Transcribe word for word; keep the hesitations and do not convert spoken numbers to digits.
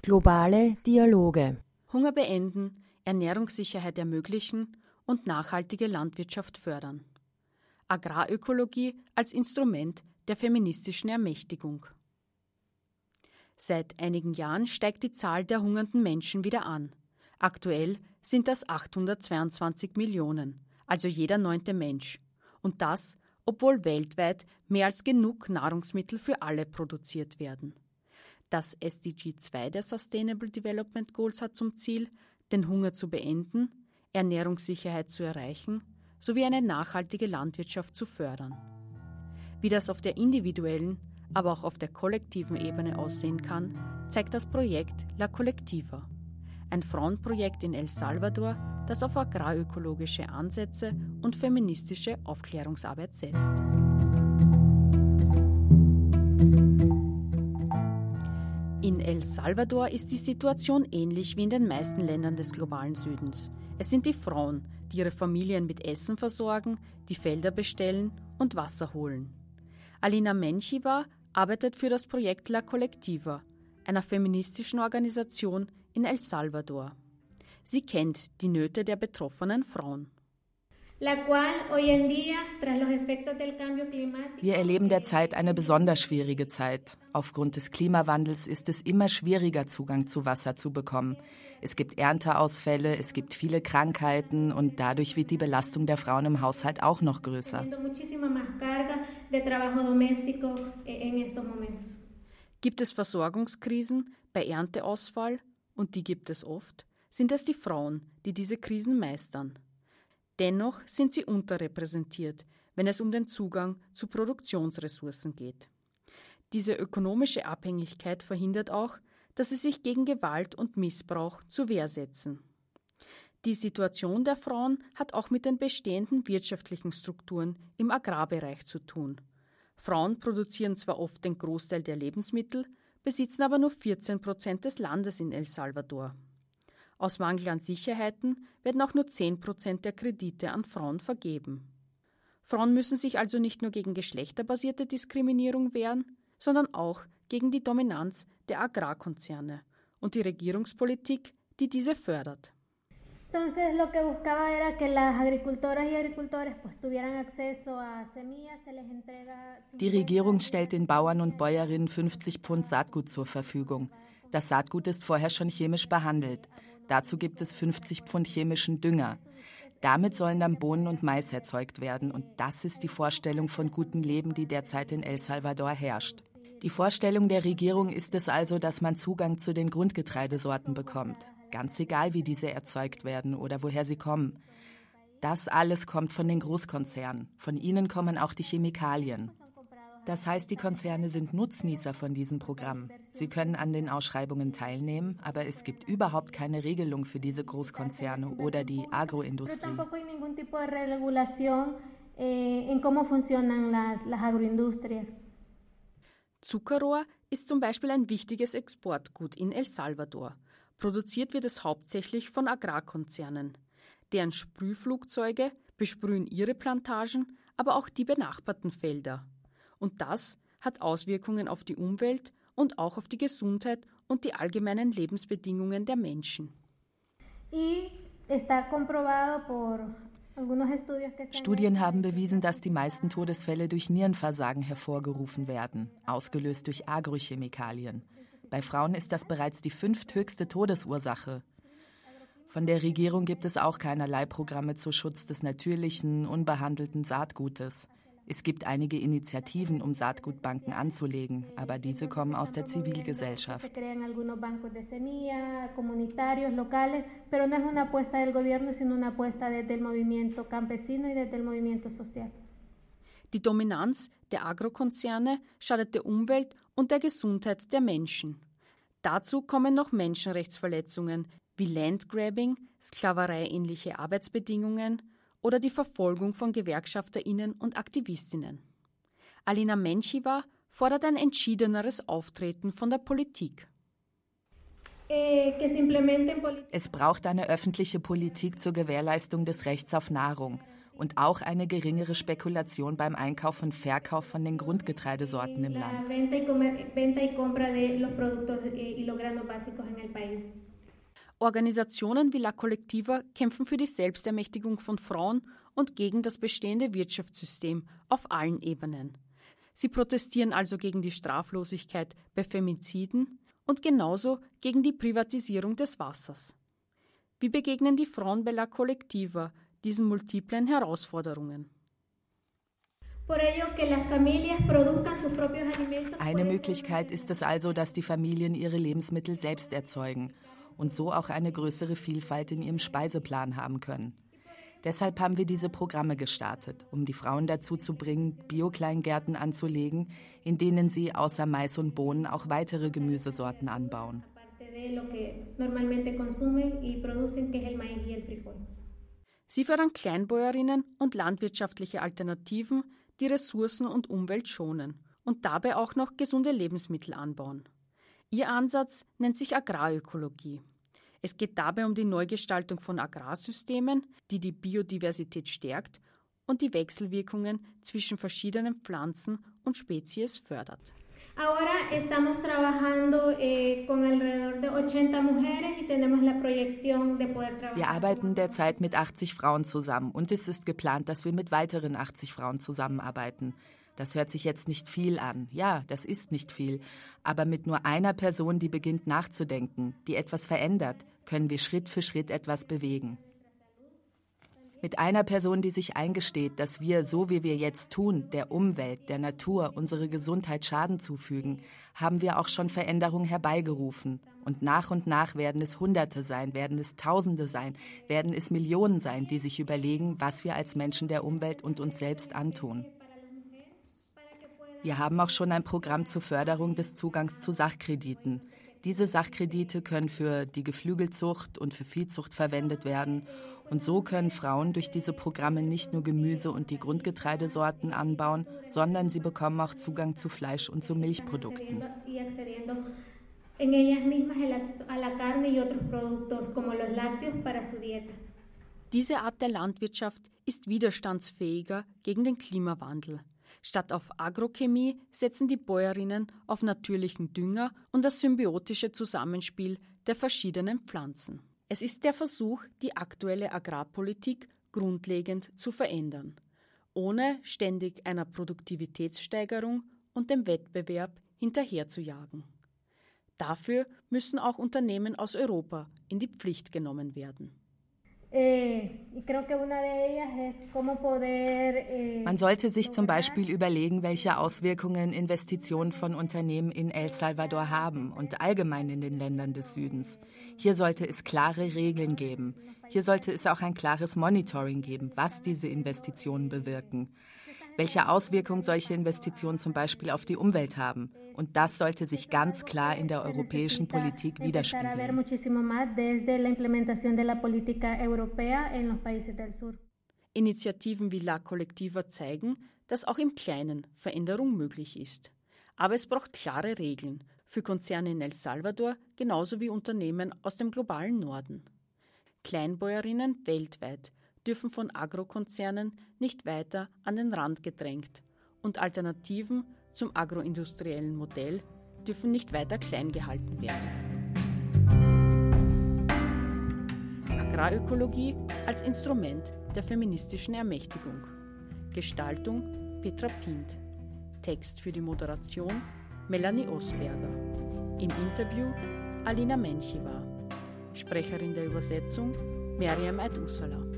Globale Dialoge. Hunger beenden, Ernährungssicherheit ermöglichen und nachhaltige Landwirtschaft fördern. Agrarökologie als Instrument der feministischen Ermächtigung. Seit einigen Jahren steigt die Zahl der hungernden Menschen wieder an. Aktuell sind das achthundertzweiundzwanzig Millionen, also jeder neunte Mensch. Und das, obwohl weltweit mehr als genug Nahrungsmittel für alle produziert werden. Das S D G zwei der Sustainable Development Goals hat zum Ziel, den Hunger zu beenden, Ernährungssicherheit zu erreichen sowie eine nachhaltige Landwirtschaft zu fördern. Wie das auf der individuellen, aber auch auf der kollektiven Ebene aussehen kann, zeigt das Projekt La Colectiva, ein Frauenprojekt in El Salvador, das auf agrarökologische Ansätze und feministische Aufklärungsarbeit setzt. In El Salvador ist die Situation ähnlich wie in den meisten Ländern des globalen Südens. Es sind die Frauen, die ihre Familien mit Essen versorgen, die Felder bestellen und Wasser holen. Alina Menchiva arbeitet für das Projekt La Colectiva, einer feministischen Organisation in El Salvador. Sie kennt die Nöte der betroffenen Frauen. Wir erleben derzeit eine besonders schwierige Zeit. Aufgrund des Klimawandels ist es immer schwieriger, Zugang zu Wasser zu bekommen. Es gibt Ernteausfälle, es gibt viele Krankheiten und dadurch wird die Belastung der Frauen im Haushalt auch noch größer. Gibt es Versorgungskrisen bei Ernteausfall, und die gibt es oft, sind es die Frauen, die diese Krisen meistern. Dennoch sind sie unterrepräsentiert, wenn es um den Zugang zu Produktionsressourcen geht. Diese ökonomische Abhängigkeit verhindert auch, dass sie sich gegen Gewalt und Missbrauch zur Wehr setzen. Die Situation der Frauen hat auch mit den bestehenden wirtschaftlichen Strukturen im Agrarbereich zu tun. Frauen produzieren zwar oft den Großteil der Lebensmittel, besitzen aber nur vierzehn Prozent des Landes in El Salvador. Aus Mangel an Sicherheiten werden auch nur zehn Prozent der Kredite an Frauen vergeben. Frauen müssen sich also nicht nur gegen geschlechterbasierte Diskriminierung wehren, sondern auch gegen die Dominanz der Agrarkonzerne und die Regierungspolitik, die diese fördert. Die Regierung stellt den Bauern und Bäuerinnen fünfzig Pfund Saatgut zur Verfügung. Das Saatgut ist vorher schon chemisch behandelt. Dazu gibt es fünfzig Pfund chemischen Dünger. Damit sollen dann Bohnen und Mais erzeugt werden. Und das ist die Vorstellung von gutem Leben, die derzeit in El Salvador herrscht. Die Vorstellung der Regierung ist es also, dass man Zugang zu den Grundgetreidesorten bekommt. Ganz egal, wie diese erzeugt werden oder woher sie kommen. Das alles kommt von den Großkonzernen. Von ihnen kommen auch die Chemikalien. Das heißt, die Konzerne sind Nutznießer von diesem Programm. Sie können an den Ausschreibungen teilnehmen, aber es gibt überhaupt keine Regelung für diese Großkonzerne oder die Agroindustrie. Zuckerrohr ist zum Beispiel ein wichtiges Exportgut in El Salvador. Produziert wird es hauptsächlich von Agrarkonzernen. Deren Sprühflugzeuge besprühen ihre Plantagen, aber auch die benachbarten Felder. Und das hat Auswirkungen auf die Umwelt und auch auf die Gesundheit und die allgemeinen Lebensbedingungen der Menschen. Studien haben bewiesen, dass die meisten Todesfälle durch Nierenversagen hervorgerufen werden, ausgelöst durch Agrochemikalien. Bei Frauen ist das bereits die fünfthöchste Todesursache. Von der Regierung gibt es auch keinerlei Programme zum Schutz des natürlichen, unbehandelten Saatgutes. Es gibt einige Initiativen, um Saatgutbanken anzulegen, aber diese kommen aus der Zivilgesellschaft. Die Dominanz der Agrokonzerne schadet der Umwelt und der Gesundheit der Menschen. Dazu kommen noch Menschenrechtsverletzungen wie Landgrabbing, sklavereiähnliche Arbeitsbedingungen oder die Verfolgung von GewerkschafterInnen und AktivistInnen. Alina Menchiva fordert ein entschiedeneres Auftreten von der Politik. Es braucht eine öffentliche Politik zur Gewährleistung des Rechts auf Nahrung und auch eine geringere Spekulation beim Einkauf und Verkauf von den Grundgetreidesorten im Land. Organisationen wie La Colectiva kämpfen für die Selbstermächtigung von Frauen und gegen das bestehende Wirtschaftssystem auf allen Ebenen. Sie protestieren also gegen die Straflosigkeit bei Femiziden und genauso gegen die Privatisierung des Wassers. Wie begegnen die Frauen bei La Colectiva diesen multiplen Herausforderungen? Eine Möglichkeit ist es also, dass die Familien ihre Lebensmittel selbst erzeugen und so auch eine größere Vielfalt in ihrem Speiseplan haben können. Deshalb haben wir diese Programme gestartet, um die Frauen dazu zu bringen, Bio-Kleingärten anzulegen, in denen sie außer Mais und Bohnen auch weitere Gemüsesorten anbauen. Sie fördern Kleinbäuerinnen und landwirtschaftliche Alternativen, die Ressourcen und Umwelt schonen und dabei auch noch gesunde Lebensmittel anbauen. Ihr Ansatz nennt sich Agrarökologie. Es geht dabei um die Neugestaltung von Agrarsystemen, die die Biodiversität stärkt und die Wechselwirkungen zwischen verschiedenen Pflanzen und Spezies fördert. Wir arbeiten derzeit mit achtzig Frauen zusammen und es ist geplant, dass wir mit weiteren achtzig Frauen zusammenarbeiten. Das hört sich jetzt nicht viel an. Ja, das ist nicht viel. Aber mit nur einer Person, die beginnt nachzudenken, die etwas verändert, können wir Schritt für Schritt etwas bewegen. Mit einer Person, die sich eingesteht, dass wir, so wie wir jetzt tun, der Umwelt, der Natur, unsere Gesundheit Schaden zufügen, haben wir auch schon Veränderungen herbeigerufen. Und nach und nach werden es Hunderte sein, werden es Tausende sein, werden es Millionen sein, die sich überlegen, was wir als Menschen der Umwelt und uns selbst antun. Wir haben auch schon ein Programm zur Förderung des Zugangs zu Sachkrediten. Diese Sachkredite können für die Geflügelzucht und für Viehzucht verwendet werden. Und so können Frauen durch diese Programme nicht nur Gemüse und die Grundgetreidesorten anbauen, sondern sie bekommen auch Zugang zu Fleisch und zu Milchprodukten. Diese Art der Landwirtschaft ist widerstandsfähiger gegen den Klimawandel. Statt auf Agrochemie setzen die Bäuerinnen auf natürlichen Dünger und das symbiotische Zusammenspiel der verschiedenen Pflanzen. Es ist der Versuch, die aktuelle Agrarpolitik grundlegend zu verändern, ohne ständig einer Produktivitätssteigerung und dem Wettbewerb hinterherzujagen. Dafür müssen auch Unternehmen aus Europa in die Pflicht genommen werden. Man sollte sich zum Beispiel überlegen, welche Auswirkungen Investitionen von Unternehmen in El Salvador haben und allgemein in den Ländern des Südens. Hier sollte es klare Regeln geben. Hier sollte es auch ein klares Monitoring geben, was diese Investitionen bewirken. Welche Auswirkungen solche Investitionen zum Beispiel auf die Umwelt haben. Und das sollte sich ganz klar in der europäischen Politik widerspiegeln. Initiativen wie La Colectiva zeigen, dass auch im Kleinen Veränderung möglich ist. Aber es braucht klare Regeln für Konzerne in El Salvador genauso wie Unternehmen aus dem globalen Norden. Kleinbäuerinnen weltweit dürfen von Agrokonzernen nicht weiter an den Rand gedrängt und Alternativen zum agroindustriellen Modell dürfen nicht weiter klein gehalten werden. Agrarökologie als Instrument der feministischen Ermächtigung. Gestaltung Petra Pint. Text für die Moderation Melanie Osberger. Im Interview Alina Mencheva. Sprecherin der Übersetzung Meriam Eid-Usala.